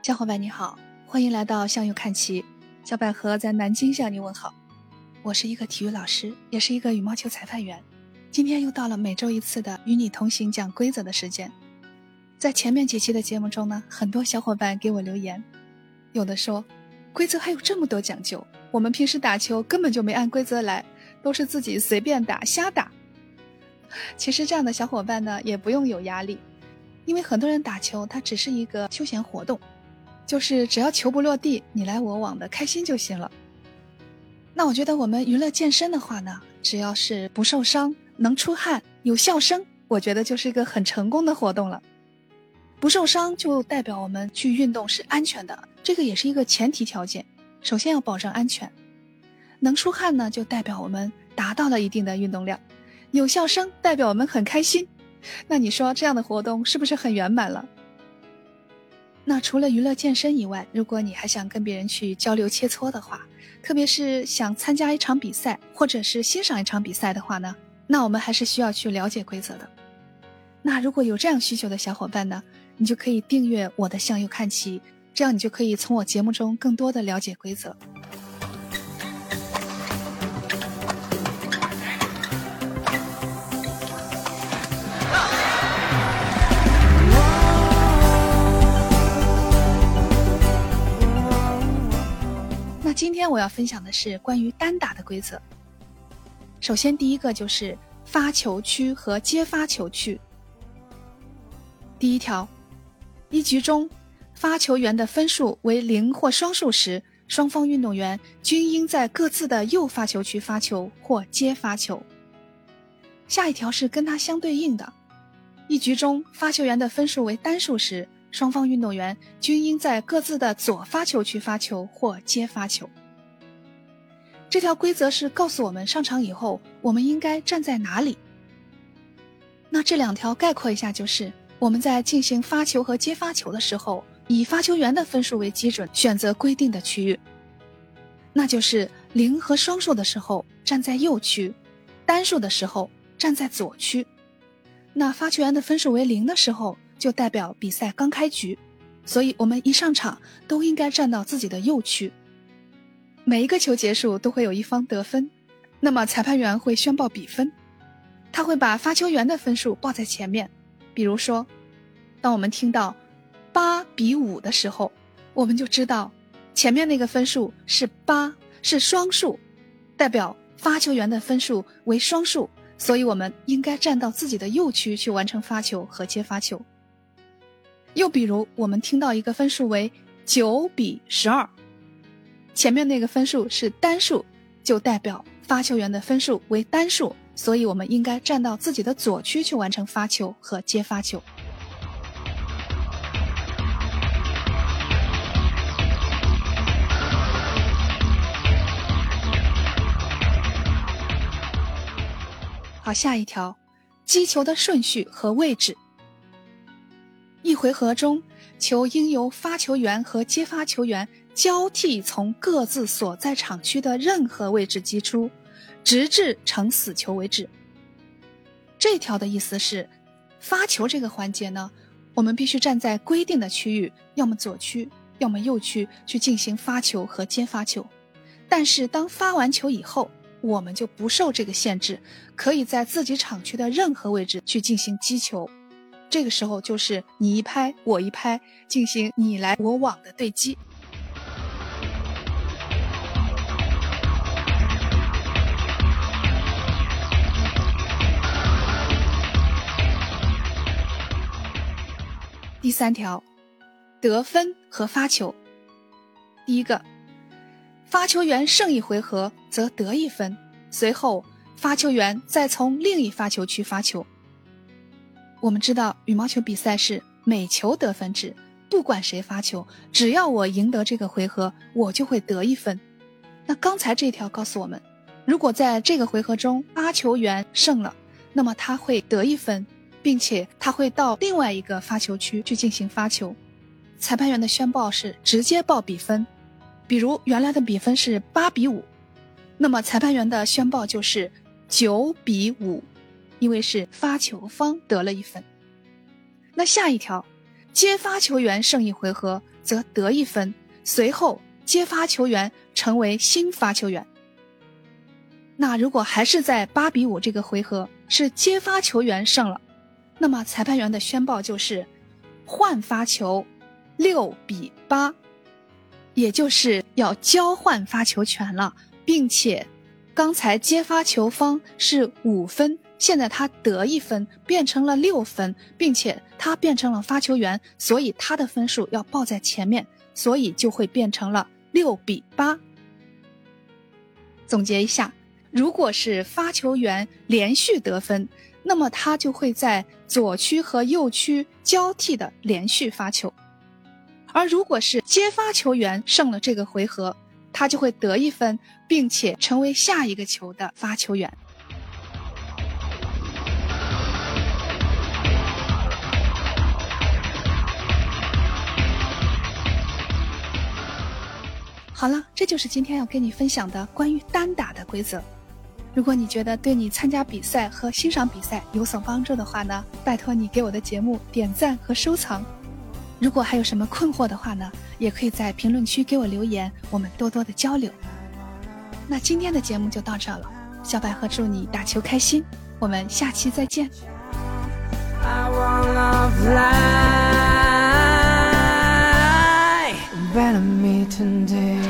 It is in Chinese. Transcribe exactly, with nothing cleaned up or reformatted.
小伙伴你好，欢迎来到向右看齐，小百合在南京向你问好。我是一个体育老师，也是一个羽毛球裁判员。今天又到了每周一次的与你同行讲规则的时间。在前面几期的节目中呢，很多小伙伴给我留言，有的说规则还有这么多讲究，我们平时打球根本就没按规则来，都是自己随便打瞎打。其实这样的小伙伴呢也不用有压力，因为很多人打球它只是一个休闲活动，就是只要球不落地，你来我往的开心就行了。那我觉得我们娱乐健身的话呢，只要是不受伤，能出汗，有笑声，我觉得就是一个很成功的活动了。不受伤就代表我们去运动是安全的，这个也是一个前提条件，首先要保证安全。能出汗呢，就代表我们达到了一定的运动量，有笑声代表我们很开心。那你说这样的活动是不是很圆满了？那除了娱乐健身以外，如果你还想跟别人去交流切磋的话，特别是想参加一场比赛或者是欣赏一场比赛的话呢，那我们还是需要去了解规则的。那如果有这样需求的小伙伴呢，你就可以订阅我的向右看齐，这样你就可以从我节目中更多的了解规则。那今天我要分享的是关于单打的规则。首先第一个就是发球区和接发球区。第一条，一局中发球员的分数为零或双数时，双方运动员均应在各自的右发球区发球或接发球。下一条是跟它相对应的，一局中发球员的分数为单数时，双方运动员均应在各自的左发球区发球或接发球。这条规则是告诉我们上场以后我们应该站在哪里。那这两条概括一下，就是我们在进行发球和接发球的时候，以发球员的分数为基准，选择规定的区域。那就是零和双数的时候站在右区，单数的时候站在左区。那发球员的分数为零的时候，就代表比赛刚开局，所以我们一上场都应该站到自己的右区。每一个球结束都会有一方得分，那么裁判员会宣报比分，他会把发球员的分数报在前面。比如说，当我们听到八比五的时候，我们就知道前面那个分数是八，是双数，代表发球员的分数为双数，所以我们应该站到自己的右区去完成发球和接发球。又比如我们听到一个分数为九比十二，前面那个分数是单数，就代表发球员的分数为单数，所以我们应该站到自己的左区去完成发球和接发球。好，下一条，击球的顺序和位置。一回合中，球应由发球员和接发球员交替从各自所在场区的任何位置击出，直至成死球为止。这条的意思是，发球这个环节呢，我们必须站在规定的区域，要么左区，要么右区去进行发球和接发球。但是当发完球以后，我们就不受这个限制，可以在自己场区的任何位置去进行击球。这个时候就是你一拍我一拍，进行你来我往的对击。第三条，得分和发球。第一个，发球员胜一回合则得一分，随后发球员再从另一发球区发球。我们知道羽毛球比赛是每球得分制，不管谁发球，只要我赢得这个回合，我就会得一分。那刚才这条告诉我们，如果在这个回合中发球员胜了，那么他会得一分，并且他会到另外一个发球区去进行发球。裁判员的宣报是直接报比分，比如原来的比分是八比五，那么裁判员的宣报就是九比五，因为是发球方得了一分。那下一条，接发球员胜一回合则得一分，随后接发球员成为新发球员。那如果还是在八比五这个回合是接发球员胜了，那么裁判员的宣报就是换发球六比八，也就是要交换发球权了，并且刚才接发球方是五分，现在他得一分变成了六分，并且他变成了发球员，所以他的分数要报在前面，所以就会变成了六比八。总结一下，如果是发球员连续得分，那么他就会在左区和右区交替的连续发球。而如果是接发球员胜了这个回合，他就会得一分，并且成为下一个球的发球员。好了，这就是今天要跟你分享的关于单打的规则。如果你觉得对你参加比赛和欣赏比赛有所帮助的话呢，拜托你给我的节目点赞和收藏。如果还有什么困惑的话呢，也可以在评论区给我留言，我们多多的交流。那今天的节目就到这了，小百合祝你打球开心，我们下期再见。I wanna fly, better me today.